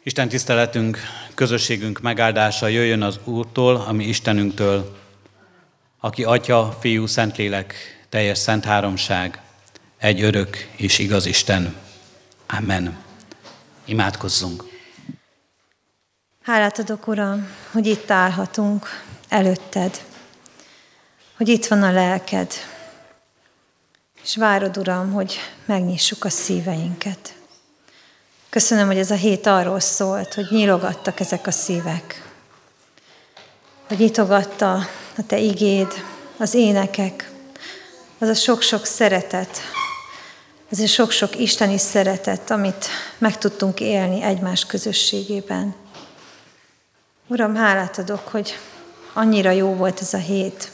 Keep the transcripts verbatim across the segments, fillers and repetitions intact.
Isten tiszteletünk, közösségünk megáldása jöjjön az Úrtól, ami Istenünktől, aki Atya, Fiú, Szentlélek, teljes szent háromság, egy örök és igaz Isten. Amen. Imádkozzunk. Hálát adok, Uram, hogy itt állhatunk előtted, hogy itt van a lelked, és várod, Uram, hogy megnyissuk a szíveinket. Köszönöm, hogy ez a hét arról szólt, hogy nyílogattak ezek a szívek, hogy nyitogatta a Te igéd, az énekek, az a sok-sok szeretet, az a sok-sok isteni szeretet, amit meg tudtunk élni egymás közösségében. Uram, hálát adok, hogy annyira jó volt ez a hét,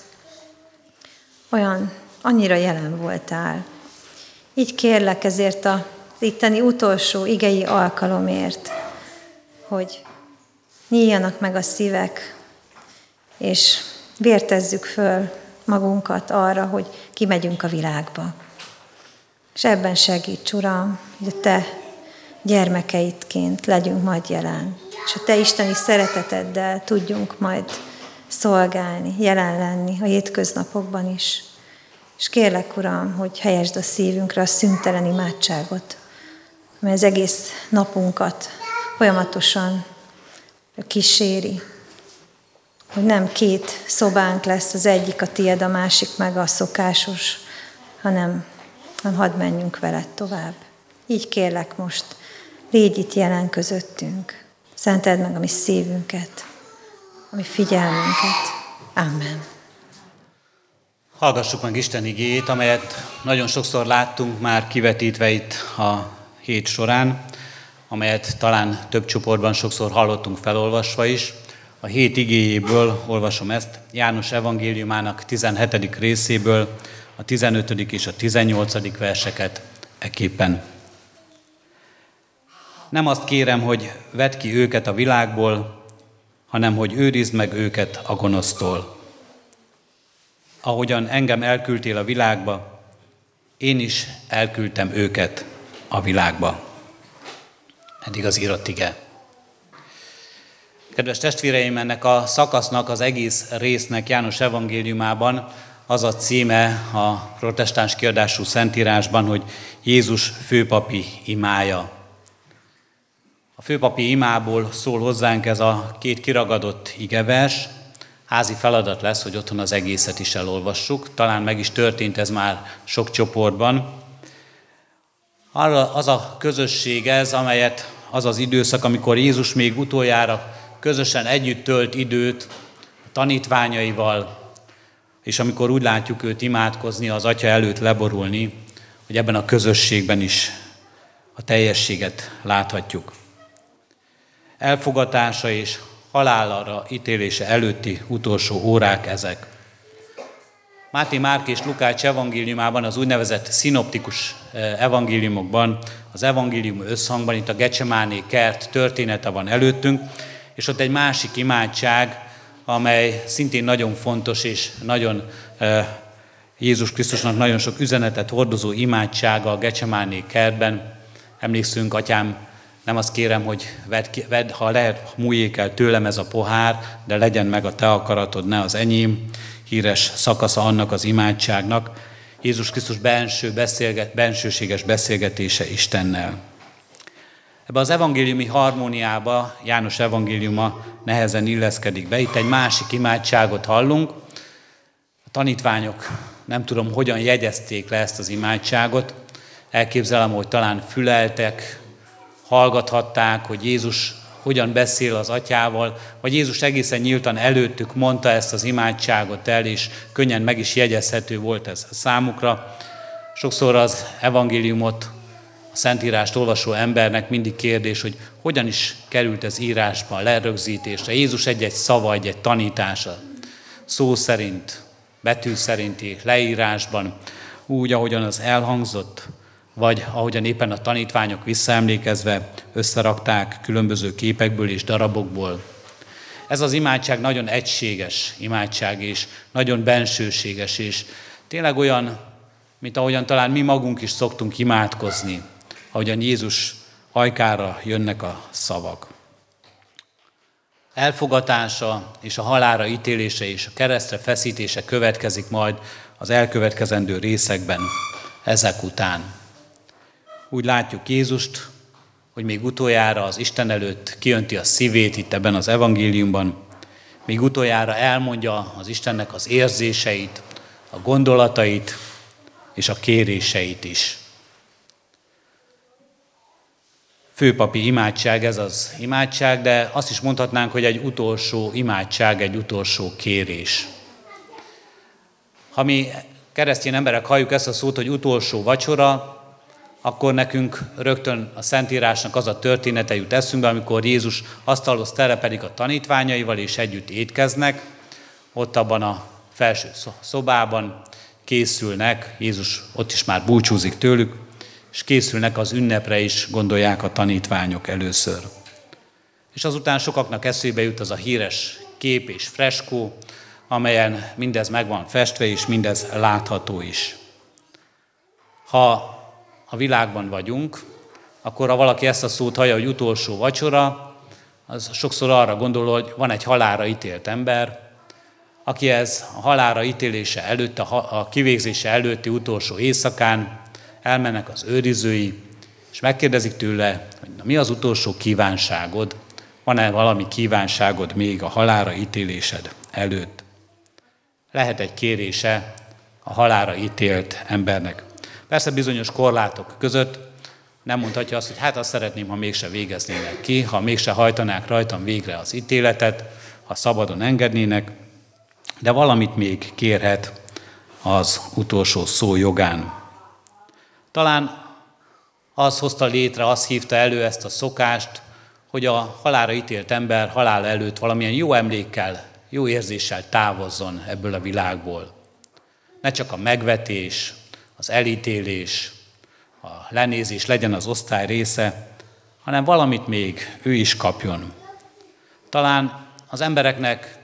olyan, annyira jelen voltál. Így kérlek ezért a itteni utolsó igei alkalomért, hogy nyíljanak meg a szívek, és vértezzük föl magunkat arra, hogy kimegyünk a világba. És ebben segíts, Uram, hogy a Te gyermekeidként legyünk majd jelen, és a Te isteni szereteteddel tudjunk majd szolgálni, jelen lenni a hétköznapokban is. És kérlek, Uram, hogy helyesd a szívünkre a szüntelen imádságot, amely az egész napunkat folyamatosan kíséri, hogy nem két szobánk lesz, az egyik a tied, a másik meg a szokásos, hanem, hanem hadd menjünk veled tovább. Így kérlek most, légy itt jelen közöttünk, szenteld meg a mi szívünket, a mi figyelmünket. Amen. Hallgassuk meg Isten igéjét, amelyet nagyon sokszor láttunk már kivetítve itt a hét során, amelyet talán több csoportban sokszor hallottunk felolvasva is. A hét igéjéből olvasom ezt, János evangéliumának tizenhetedik részéből, a tizenötödik és a tizennyolcadik verseket ekképpen. Nem azt kérem, hogy vedd ki őket a világból, hanem hogy őrizd meg őket a gonosztól. Ahogyan engem elküldtél a világba, én is elküldtem őket a világba. Eddig az írott ige. Kedves testvéreim, ennek a szakasznak, az egész résznek János evangéliumában az a címe a protestáns kiadású Szentírásban, hogy Jézus főpapi imája. A főpapi imából szól hozzánk ez a két kiragadott igevers. Házi feladat lesz, hogy otthon az egészet is elolvassuk. Talán meg is történt ez már sok csoportban. Arra az a közösség ez, amelyet az az időszak, amikor Jézus még utoljára közösen együtt tölt időt a tanítványaival, és amikor úgy látjuk őt imádkozni, az Atya előtt leborulni, hogy ebben a közösségben is a teljességet láthatjuk. Elfogatása és halálára ítélése előtti utolsó órák ezek. Máté, Márk és Lukács evangéliumában, az úgynevezett szinoptikus evangéliumokban, az evangélium összhangban, itt a Gecsemáné kert története van előttünk, és ott egy másik imádság, amely szintén nagyon fontos, és nagyon Jézus Krisztusnak nagyon sok üzenetet hordozó imádsága a Gecsemáné kertben. Emlékszünk, Atyám, nem azt kérem, hogy vedd, ki, vedd, ha lehet, múljék el tőlem ez a pohár, de legyen meg a Te akaratod, ne az enyém. Híres szakasza annak az imádságnak. Jézus Krisztus benső beszélget, bensőséges beszélgetése Istennel. Ebbe az evangéliumi harmóniába János evangéliuma nehezen illeszkedik be. Itt egy másik imádságot hallunk. A tanítványok nem tudom, hogyan jegyezték le ezt az imádságot. Elképzelem, hogy talán füleltek, hallgathatták, hogy Jézus hogyan beszél az Atyával, vagy Jézus egészen nyíltan előttük mondta ezt az imádságot el, és könnyen meg is jegyezhető volt ez számukra. Sokszor az evangéliumot, a Szentírást olvasó embernek mindig kérdés, hogy hogyan is került ez írásba, lerögzítésre. Jézus egy-egy szava, egy-egy tanítása, szó szerint, betű szerinti leírásban, úgy, ahogyan az elhangzott, vagy ahogyan éppen a tanítványok visszaemlékezve összerakták különböző képekből és darabokból. Ez az imádság nagyon egységes imádság, és nagyon bensőséges, és tényleg olyan, mint ahogyan talán mi magunk is szoktunk imádkozni, ahogyan Jézus hajkára jönnek a szavak. elfogatása és a halálra ítélése és a keresztre feszítése következik majd az elkövetkezendő részekben ezek után. Úgy látjuk Jézust, hogy még utoljára az Isten előtt kiönti a szívét itt ebben az evangéliumban, még utoljára elmondja az Istennek az érzéseit, a gondolatait és a kéréseit is. Főpapi imádság ez az imádság, de azt is mondhatnánk, hogy egy utolsó imádság, egy utolsó kérés. Ha mi keresztény emberek halljuk ezt a szót, hogy utolsó vacsora, akkor nekünk rögtön a Szentírásnak az a története jut eszünkbe, amikor Jézus asztalhoz telepedik a tanítványaival, és együtt étkeznek. Ott abban a felső szobában készülnek, Jézus ott is már búcsúzik tőlük, és készülnek az ünnepre is, gondolják a tanítványok először. És azután sokaknak eszébe jut az a híres kép és freskó, amelyen mindez meg van festve, és mindez látható is. Ha a világban vagyunk, akkor ha valaki ezt a szót hallja, hogy utolsó vacsora, az sokszor arra gondol, hogy van egy halálra ítélt ember, aki ez a halálra ítélése előtt, a kivégzése előtti utolsó éjszakán elmennek az őrizői, és megkérdezik tőle, hogy na, mi az utolsó kívánságod, van-e valami kívánságod még a halálra ítélésed előtt. Lehet egy kérése a halálra ítélt embernek. Persze bizonyos korlátok között nem mondhatja azt, hogy hát azt szeretném, ha mégse végeznének ki, ha mégse hajtanák rajtam végre az ítéletet, ha szabadon engednének, de valamit még kérhet az utolsó szó jogán. Talán az hozta létre, az hívta elő ezt a szokást, hogy a halálra ítélt ember halála előtt valamilyen jó emlékkel, jó érzéssel távozzon ebből a világból. Ne csak a megvetés, az elítélés, a lenézés legyen az osztály része, hanem valamit még ő is kapjon. Talán az embereknek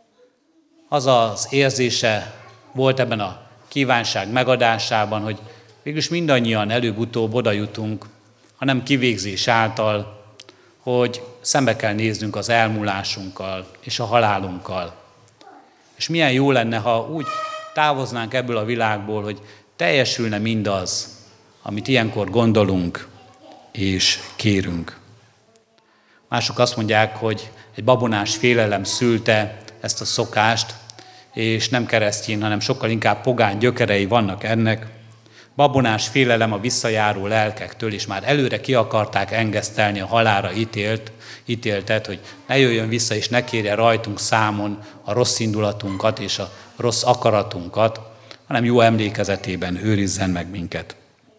az az érzése volt ebben a kívánság megadásában, hogy végülis mindannyian előbb-utóbb oda jutunk, ha nem kivégzés által, hogy szembe kell néznünk az elmúlásunkkal és a halálunkkal. És milyen jó lenne, ha úgy távoznánk ebből a világból, hogy teljesülne mindaz, amit ilyenkor gondolunk és kérünk. Mások azt mondják, hogy egy babonás félelem szülte ezt a szokást, és nem keresztény, hanem sokkal inkább pogány gyökerei vannak ennek. Babonás félelem a visszajáró lelkektől, és már előre ki akarták engesztelni a halálra ítélt, ítéltet, hogy ne jöjjön vissza, és ne kérje rajtunk számon a rossz indulatunkat és a rossz akaratunkat, hanem jó emlékezetében őrizzen meg minket.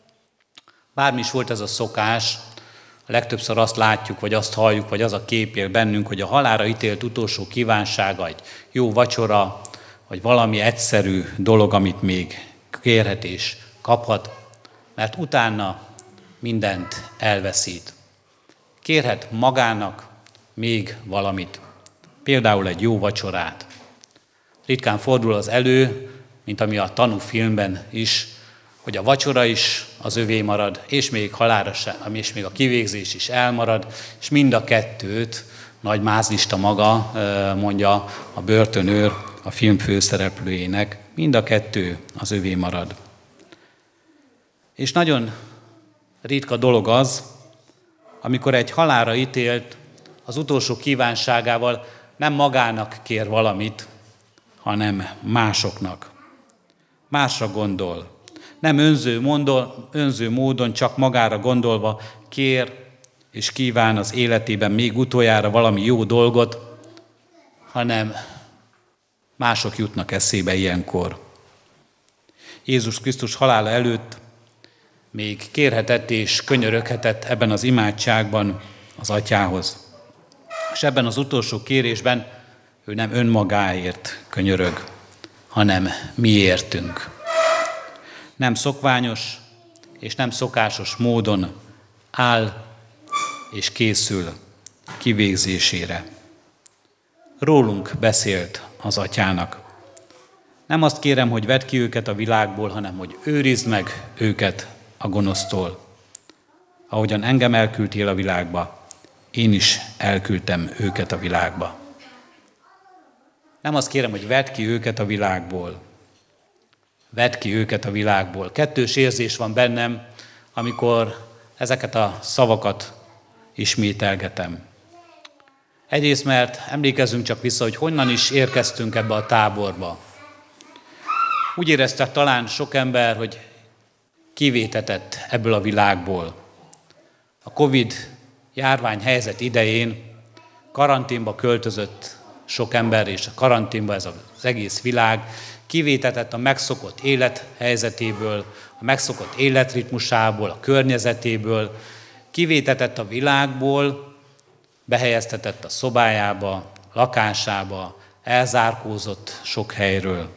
Bármi is volt ez a szokás, a legtöbbször azt látjuk, vagy azt halljuk, vagy az a kép él bennünk, hogy a halálra ítélt utolsó kívánsága egy jó vacsora, vagy valami egyszerű dolog, amit még kérhet és kaphat, mert utána mindent elveszít. Kérhet magának még valamit, például egy jó vacsorát. Ritkán fordul az elő, mint ami a tanúfilmben is, hogy a vacsora is az övé marad, és még halálra sem, és még a kivégzés is elmarad, és mind a kettőt, nagy mázlista maga, mondja a börtönőr a film főszereplőjének, mind a kettő az övé marad. És nagyon ritka dolog az, amikor egy halálra ítélt az utolsó kívánságával nem magának kér valamit, hanem másoknak. Másra gondol. Nem önző, mondol, önző módon, csak magára gondolva kér és kíván az életében még utoljára valami jó dolgot, hanem mások jutnak eszébe ilyenkor. Jézus Krisztus halála előtt még kérhetett és könyöröghetett ebben az imádságban az Atyához. És ebben az utolsó kérésben ő nem önmagáért könyörög, hanem miértünk. Nem szokványos és nem szokásos módon áll és készül kivégzésére. Rólunk beszélt az Atyának. Nem azt kérem, hogy vedd ki őket a világból, hanem hogy őrizd meg őket a gonosztól. Ahogyan engem elküldtél a világba, én is elküldtem őket a világba. Nem azt kérem, hogy vedd ki őket a világból. Vedd ki őket a világból. Kettős érzés van bennem, amikor ezeket a szavakat ismételgetem. Egyrészt, mert emlékezzünk csak vissza, hogy honnan is érkeztünk ebbe a táborba. Úgy érezte talán sok ember, hogy kivétetett ebből a világból. A Covid járvány helyzet idején karanténba költözött sok ember, és a karanténba ez az egész világ kivétetett a megszokott élethelyzetéből, a megszokott életritmusából, a környezetéből, kivétetett a világból, behelyeztetett a szobájába, a lakásába, elzárkózott sok helyről.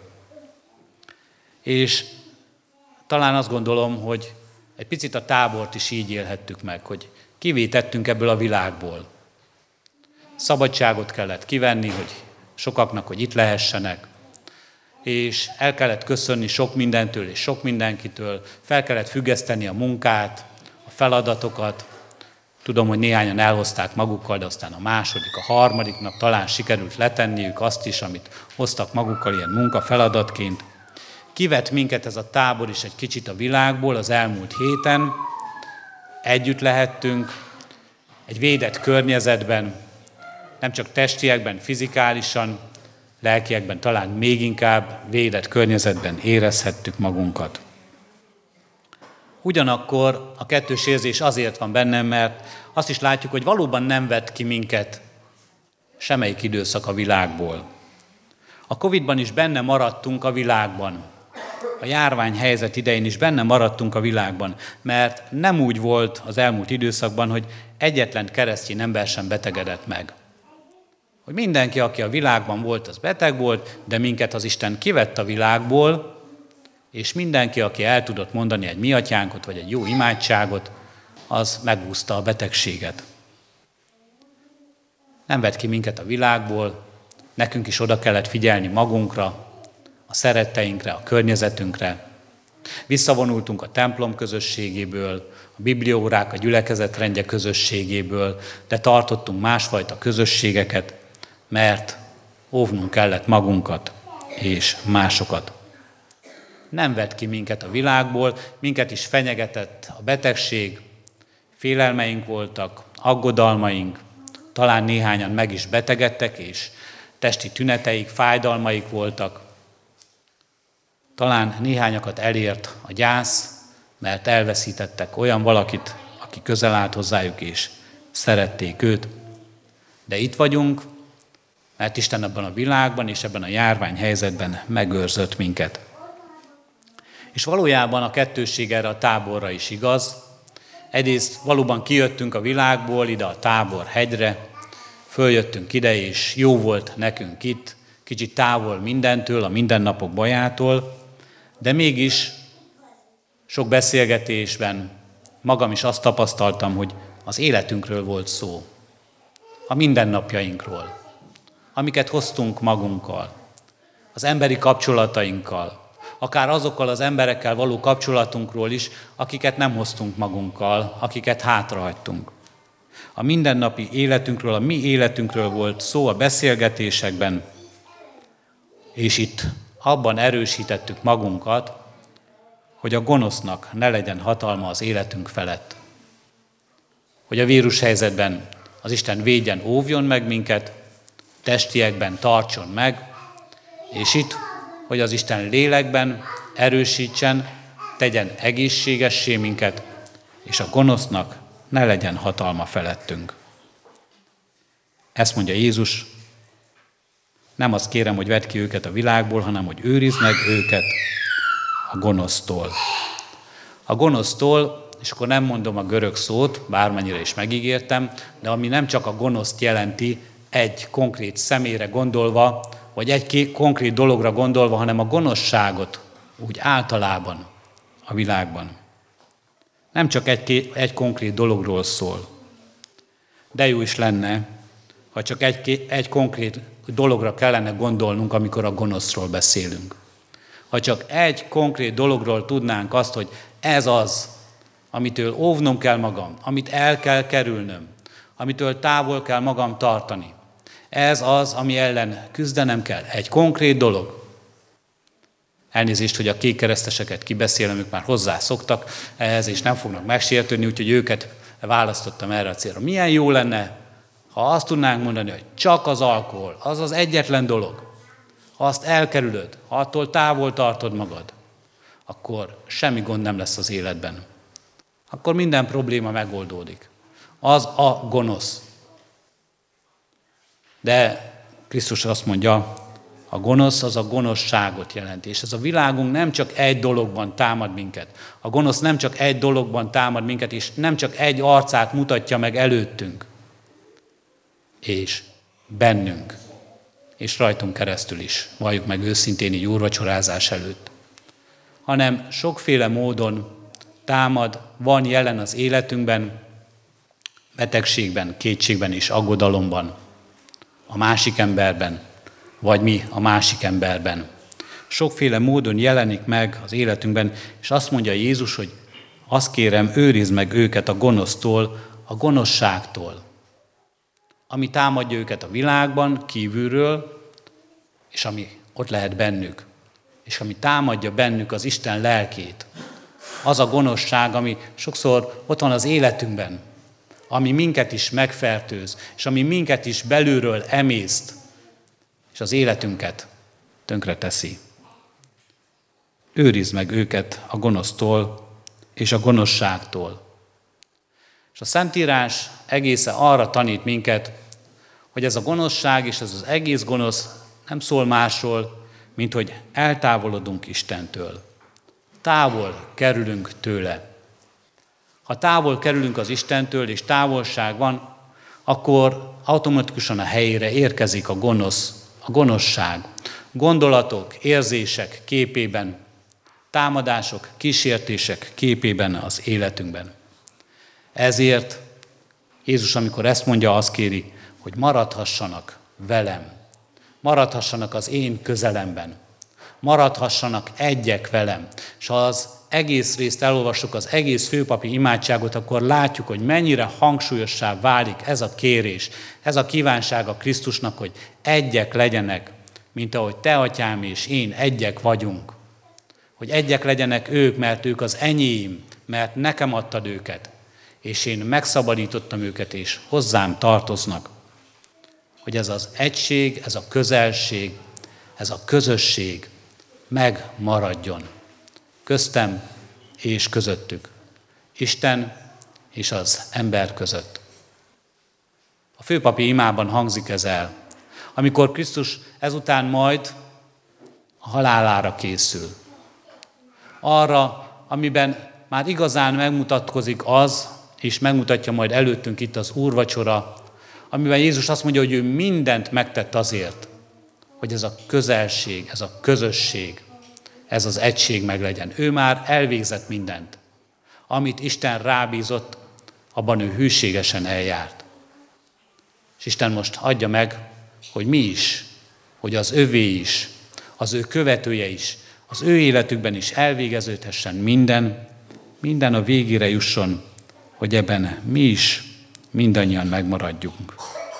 És talán azt gondolom, hogy egy picit a tábort is így élhettük meg, hogy kivétettünk ebből a világból. Szabadságot kellett kivenni, hogy sokaknak, hogy itt lehessenek, és el kellett köszönni sok mindentől és sok mindenkitől, fel kellett függeszteni a munkát, a feladatokat. Tudom, hogy néhányan elhozták magukkal, de aztán a második, a harmadik nap talán sikerült letenniük azt is, amit hoztak magukkal ilyen munkafeladatként. Kivett minket ez a tábor is egy kicsit a világból az elmúlt héten. Együtt lehettünk, egy védett környezetben, nem csak testiekben, fizikálisan, lelkiekben talán még inkább védett környezetben érezhettük magunkat. Ugyanakkor a kettős érzés azért van bennem, mert azt is látjuk, hogy valóban nem vett ki minket semmelyik időszak a világból. A Covidban is benne maradtunk a világban. A járványhelyzet idején is benne maradtunk a világban, mert nem úgy volt az elmúlt időszakban, hogy egyetlen keresztény ember sem betegedett meg. Hogy mindenki, aki a világban volt, az beteg volt, de minket az Isten kivett a világból, és mindenki, aki el tudott mondani egy mi atyánkot, vagy egy jó imádságot, az megúszta a betegséget. Nem vett ki minket a világból, nekünk is oda kellett figyelni magunkra, a szeretteinkre, a környezetünkre. Visszavonultunk a templom közösségéből, a bibliaórák, a gyülekezetrendje közösségéből, de tartottunk másfajta közösségeket, mert óvnunk kellett magunkat és másokat. Nem vett ki minket a világból, minket is fenyegetett a betegség, félelmeink voltak, aggodalmaink, talán néhányan meg is betegedtek, és testi tüneteik, fájdalmaik voltak. Talán néhányakat elért a gyász, mert elveszítettek olyan valakit, aki közel állt hozzájuk, és szerették őt. De itt vagyunk, mert Isten ebben a világban és ebben a járványhelyzetben megőrzött minket. És valójában a kettősség erre a táborra is igaz. Egyrészt valóban kijöttünk a világból, ide a Tábor hegyre, följöttünk ide, és jó volt nekünk itt, kicsit távol mindentől, a mindennapok bajától, de mégis sok beszélgetésben magam is azt tapasztaltam, hogy az életünkről volt szó, a mindennapjainkról, amiket hoztunk magunkkal, az emberi kapcsolatainkkal, akár azokkal az emberekkel való kapcsolatunkról is, akiket nem hoztunk magunkkal, akiket hátrahagytunk. A mindennapi életünkről, a mi életünkről volt szó a beszélgetésekben, és itt abban erősítettük magunkat, hogy a gonosznak ne legyen hatalma az életünk felett. Hogy a vírushelyzetben az Isten védjen, óvjon meg minket, testiekben tartson meg, és itt, hogy az Isten lélekben erősítsen, tegyen egészségessé minket, és a gonosznak ne legyen hatalma felettünk. Ezt mondja Jézus, nem azt kérem, hogy vedd ki őket a világból, hanem hogy őrizd meg őket a gonosztól. A gonosztól, és akkor nem mondom a görög szót, bármennyire is megígértem, de ami nem csak a gonoszt jelenti, egy konkrét személyre gondolva, vagy egy konkrét dologra gondolva, hanem a gonoszságot úgy általában a világban. Nem csak egy, egy konkrét dologról szól. De jó is lenne, ha csak egy, egy konkrét dologra kellene gondolnunk, amikor a gonoszról beszélünk. Ha csak egy konkrét dologról tudnánk azt, hogy ez az, amitől óvnom kell magam, amit el kell kerülnöm, amitől távol kell magam tartani. Ez az, ami ellen küzdenem kell. Egy konkrét dolog. Elnézést, hogy a kékkereszteseket kibeszélem, ők már hozzászoktak ehhez, és nem fognak megsértődni, úgyhogy őket választottam erre a célra. Milyen jó lenne, ha azt tudnánk mondani, hogy csak az alkohol, az az egyetlen dolog. Ha azt elkerülöd, ha attól távol tartod magad, akkor semmi gond nem lesz az életben. Akkor minden probléma megoldódik. Az a gonosz. De Krisztus azt mondja, a gonosz az a gonoszságot jelenti. És ez a világunk nem csak egy dologban támad minket. A gonosz nem csak egy dologban támad minket, és nem csak egy arcát mutatja meg előttünk. És bennünk. És rajtunk keresztül is, valljuk meg őszintén így úrvacsorázás előtt. Hanem sokféle módon támad, van jelen az életünkben, betegségben, kétségben és aggodalomban, a másik emberben, vagy mi a másik emberben. Sokféle módon jelenik meg az életünkben, és azt mondja Jézus, hogy azt kérem, őrizd meg őket a gonosztól, a gonoszságtól, ami támadja őket a világban, kívülről, és ami ott lehet bennük, és ami támadja bennük az Isten lelkét. Az a gonoszság, ami sokszor ott van az életünkben, ami minket is megfertőz, és ami minket is belülről emészt, és az életünket tönkre teszi. Őrizd meg őket a gonosztól és a gonoszságtól. És a Szentírás egészen arra tanít minket, hogy ez a gonoszság és ez az egész gonosz nem szól másról, mint hogy eltávolodunk Istentől. Távol kerülünk tőle. Ha távol kerülünk az Istentől, és távolság van, akkor automatikusan a helyére érkezik a gonosz, a gonoszság. Gondolatok, érzések képében, támadások, kísértések képében az életünkben. Ezért Jézus, amikor ezt mondja, azt kéri, hogy maradhassanak velem, maradhassanak az én közelemben, maradhassanak egyek velem. És ha az egész részt elolvassuk, az egész főpapi imádságot, akkor látjuk, hogy mennyire hangsúlyossá válik ez a kérés, ez a kívánság a Krisztusnak, hogy egyek legyenek, mint ahogy te, atyám, és én egyek vagyunk. Hogy egyek legyenek ők, mert ők az enyém, mert nekem adtad őket, és én megszabadítottam őket, és hozzám tartoznak. Hogy ez az egység, ez a közelség, ez a közösség megmaradjon. Köztem és közöttük. Isten és az ember között. A főpapi imában hangzik ez el. Amikor Krisztus ezután majd a halálára készül. Arra, amiben már igazán megmutatkozik az, és megmutatja majd előttünk itt az úrvacsora, amiben Jézus azt mondja, hogy ő mindent megtett azért, hogy ez a közelség, ez a közösség, ez az egység meglegyen. Ő már elvégzett mindent. Amit Isten rábízott, abban ő hűségesen eljárt. És Isten most adja meg, hogy mi is, hogy az övé is, az ő követője is, az ő életükben is elvégeződhessen minden, minden a végére jusson, hogy ebben mi is mindannyian megmaradjunk.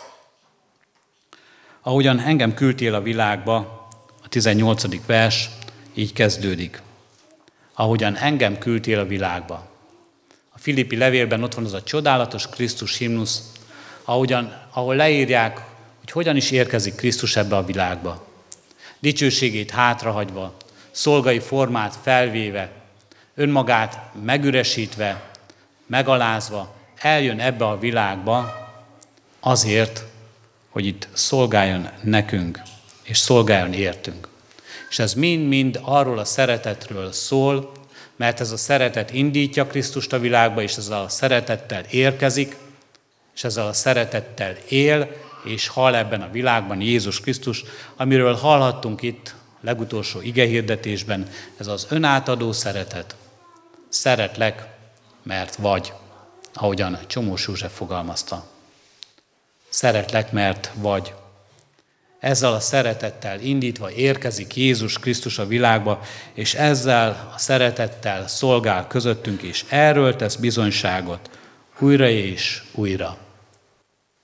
Ahogyan engem küldtél a világba, a tizennyolcadik vers így kezdődik. Ahogyan engem küldtél a világba. A Filippi levélben ott van az a csodálatos Krisztus himnusz, ahogyan, ahol leírják, hogy hogyan is érkezik Krisztus ebbe a világba. Dicsőségét hátrahagyva, szolgai formát felvéve, önmagát megüresítve, megalázva, eljön ebbe a világba azért, hogy itt szolgáljon nekünk, és szolgáljon értünk. És ez mind-mind arról a szeretetről szól, mert ez a szeretet indítja Krisztust a világba, és ezzel a szeretettel érkezik, és ezzel a szeretettel él, és hal ebben a világban Jézus Krisztus, amiről hallhattunk itt legutolsó igehirdetésben, ez az önátadó szeretet. Szeretlek, mert vagy, ahogyan Csomós József fogalmazta. Szeretlek, mert vagy. Ezzel a szeretettel indítva érkezik Jézus Krisztus a világba, és ezzel a szeretettel szolgál közöttünk, és erről tesz bizonyságot újra és újra.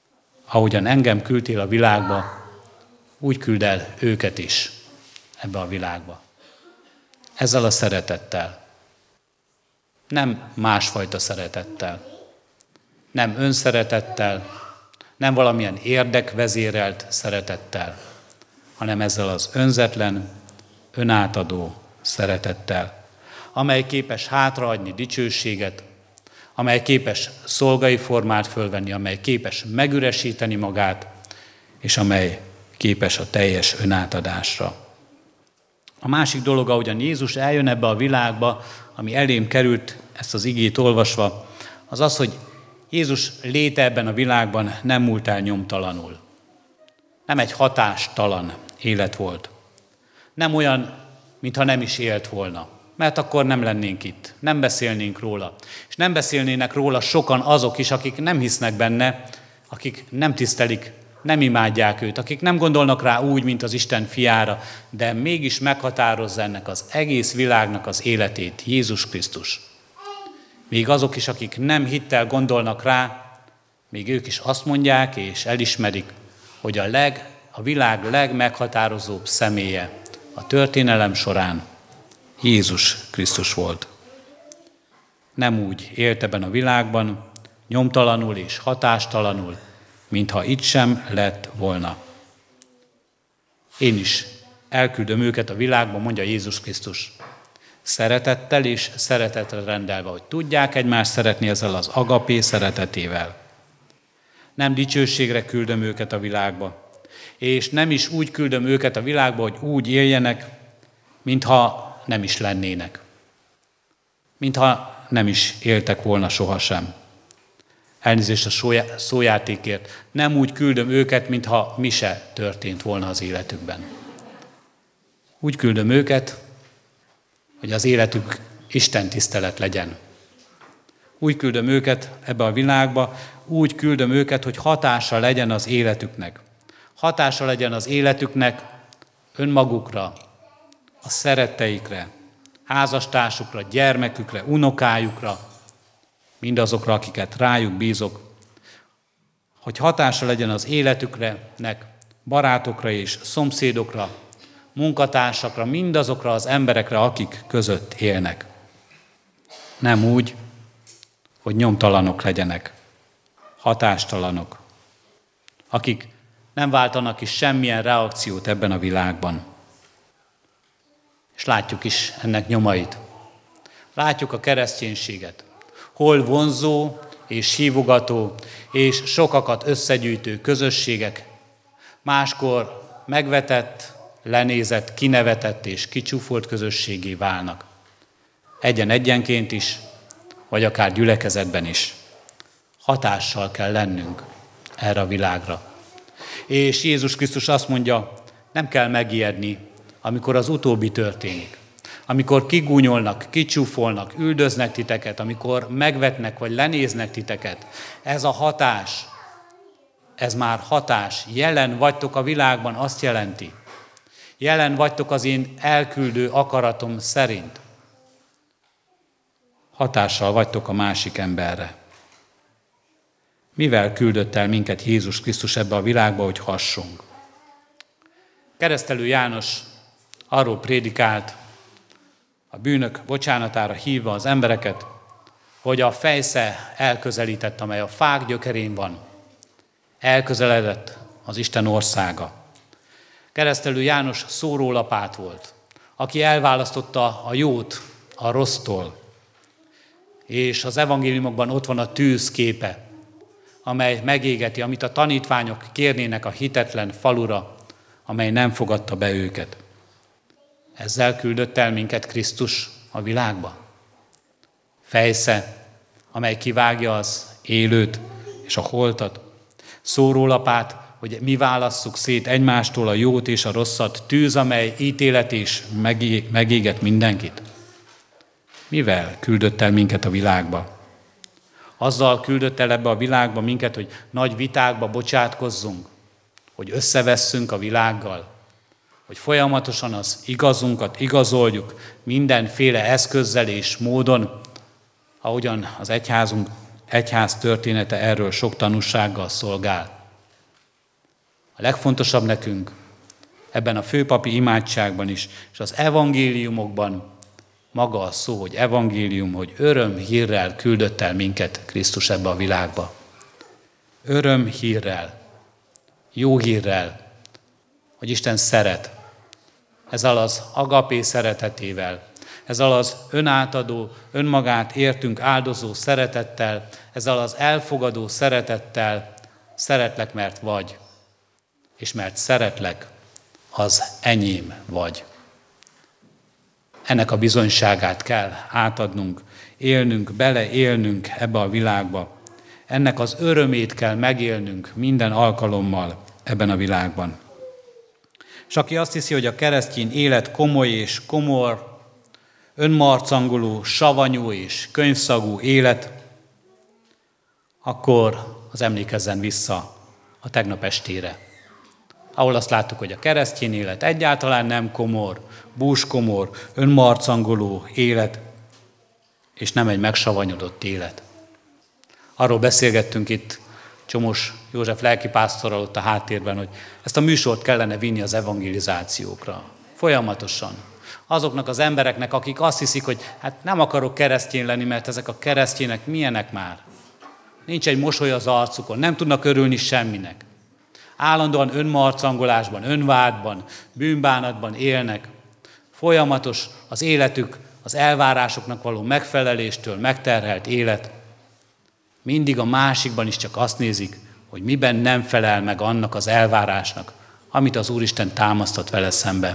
ahogyan engem küldtél a világba, úgy küld el őket is ebbe a világba. Ezzel a szeretettel. Nem másfajta szeretettel. Nem önszeretettel, nem valamilyen érdekvezérelt szeretettel, hanem ezzel az önzetlen, önátadó szeretettel, amely képes hátrahagyni dicsőséget, amely képes szolgai formát fölvenni, amely képes megüresíteni magát, és amely képes a teljes önátadásra. A másik dolog, ahogyan Jézus eljön ebbe a világba, ami elém került ezt az igét olvasva, az az, hogy Jézus léte ebben a világban nem múlt el nyomtalanul. Nem egy hatástalan élet volt. Nem olyan, mintha nem is élt volna. Mert akkor nem lennénk itt, nem beszélnénk róla. És nem beszélnének róla sokan azok is, akik nem hisznek benne, akik nem tisztelik, nem imádják őt, akik nem gondolnak rá úgy, mint az Isten fiára, de mégis meghatározza ennek az egész világnak az életét Jézus Krisztus. Még azok is, akik nem hittel gondolnak rá, még ők is azt mondják és elismerik, hogy a, leg, a világ legmeghatározóbb személye a történelem során Jézus Krisztus volt. Nem úgy élt ebben a világban, nyomtalanul és hatástalanul, mintha itt sem lett volna. Én is elküldöm őket a világba, mondja Jézus Krisztus, szeretettel és szeretetre rendelve, hogy tudják egymást szeretni ezzel az agapé szeretetével. Nem dicsőségre küldöm őket a világba, és nem is úgy küldöm őket a világba, hogy úgy éljenek, mintha nem is lennének. Mintha nem is éltek volna sohasem. Elnézést a szójátékért. Nem úgy küldöm őket, mintha mi se történt volna az életükben. Úgy küldöm őket, hogy az életük Isten tisztelet legyen. Úgy küldöm őket ebbe a világba, úgy küldöm őket, hogy hatása legyen az életüknek. Hatása legyen az életüknek önmagukra, a szeretteikre, házastársukra, gyermekükre, unokájukra, mindazokra, akiket rájuk bízok, hogy hatása legyen az életüknek, barátokra és szomszédokra, munkatársakra, mindazokra az emberekre, akik között élnek. Nem úgy, hogy nyomtalanok legyenek, hatástalanok, akik nem váltanak is semmilyen reakciót ebben a világban. És látjuk is ennek nyomait. Látjuk a kereszténységet. Hol vonzó és hívogató és sokakat összegyűjtő közösségek, máskor megvetett, lenézett, kinevetett és kicsúfolt közösségé válnak. Egyen-egyenként is, vagy akár gyülekezetben is. Hatással kell lennünk erre a világra. És Jézus Krisztus azt mondja, nem kell megijedni, amikor az utóbbi történik. Amikor kigúnyolnak, kicsúfolnak, üldöznek titeket, amikor megvetnek vagy lenéznek titeket. Ez a hatás, ez már hatás. Jelen vagytok a világban, azt jelenti. Jelen vagytok az én elküldő akaratom szerint. Hatással vagytok a másik emberre. Mivel küldött el minket Jézus Krisztus ebbe a világba, hogy hassunk? Keresztelő János arról prédikált, a bűnök bocsánatára hívva az embereket, hogy a fejsze elközelített, amely a fák gyökerén van. Elközeledett az Isten országa. Keresztelő János szórólapát volt, aki elválasztotta a jót a rossztól. És az evangéliumokban ott van a tűz képe, amely megégeti, amit a tanítványok kérnének a hitetlen falura, amely nem fogadta be őket. Ezzel küldött el minket Krisztus a világba. Fejsze, amely kivágja az élőt és a holtat. Szórólapát, hogy mi válasszuk szét egymástól a jót és a rosszat. Tűz, amely ítélet és megéget mindenkit. Mivel küldött el minket a világba? Azzal küldött el ebbe a világba minket, hogy nagy vitákba bocsátkozzunk, hogy összevesszünk a világgal, hogy folyamatosan az igazunkat igazoljuk mindenféle eszközzel és módon, ahogyan az egyházunk, egyház története erről sok tanúsággal szolgál. A legfontosabb nekünk ebben a főpapi imádságban is, és az evangéliumokban maga a szó, hogy evangélium, hogy örömhírrel küldött el minket Krisztus ebbe a világba. Örömhírrel, jó hírrel, hogy Isten szeret. Ezzel az agapé szeretetével, ezzel az önátadó, önmagát értünk áldozó szeretettel, ezzel az elfogadó szeretettel, szeretlek, mert vagy, és mert szeretlek, az enyém vagy. Ennek a bizonyságát kell átadnunk, élnünk, beleélnünk ebbe a világba. Ennek az örömét kell megélnünk minden alkalommal ebben a világban. És aki azt hiszi, hogy a keresztény élet komoly és komor, önmarcangoló, savanyú és könyvszagú élet, akkor az emlékezzen vissza a tegnap estére, ahol azt láttuk, hogy a keresztény élet egyáltalán nem komor, búskomor, önmarcangoló élet, és nem egy megsavanyodott élet. Arról beszélgettünk itt Csomós József lelkipásztorral ott a háttérben, hogy ezt a műsort kellene vinni az evangelizációkra. Folyamatosan. Azoknak az embereknek, akik azt hiszik, hogy hát nem akarok keresztény lenni, mert ezek a keresztények milyenek már. Nincs egy mosoly az arcukon, nem tudnak örülni semminek. Állandóan önmarcangolásban, önvádban, bűnbánatban élnek. Folyamatos az életük, az elvárásoknak való megfeleléstől megterhelt élet. Mindig a másikban is csak azt nézik, hogy miben nem felel meg annak az elvárásnak, amit az Úristen támasztott vele szembe.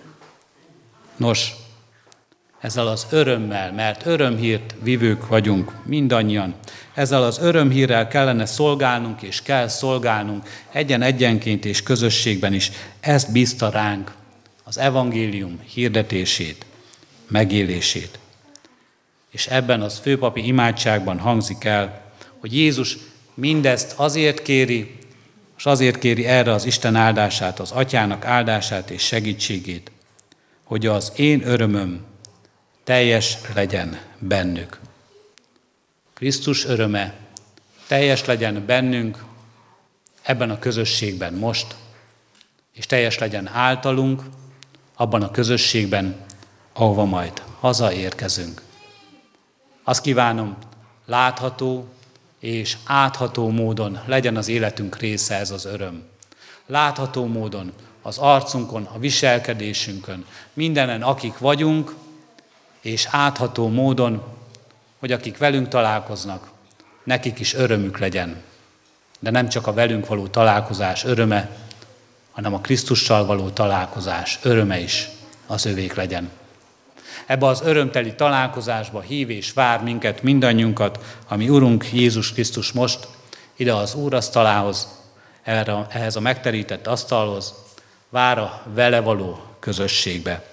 Nos, ezzel az örömmel, mert örömhírt vivők vagyunk mindannyian, ezzel az örömhírrel kellene szolgálnunk és kell szolgálnunk egyen-egyenként és közösségben is. Ezt bízta ránk az evangélium hirdetését, megélését. És ebben az főpapi imádságban hangzik el, hogy Jézus mindezt azért kéri, és azért kéri erre az Isten áldását, az Atyának áldását és segítségét, hogy az én örömöm teljes legyen bennük. Krisztus öröme teljes legyen bennünk ebben a közösségben most, és teljes legyen általunk abban a közösségben, ahova majd hazaérkezünk. Azt kívánom, látható és átható módon legyen az életünk része ez az öröm. Látható módon az arcunkon, a viselkedésünkön, mindenen, akik vagyunk, és átható módon, hogy akik velünk találkoznak, nekik is örömük legyen. De nem csak a velünk való találkozás öröme, hanem a Krisztussal való találkozás öröme is az övék legyen. Ebbe az örömteli találkozásba hív és vár minket, mindannyiunkat, ami Urunk Jézus Krisztus most ide az úrasztalához, erre, ehhez a megterített asztalhoz, vár a vele való közösségbe.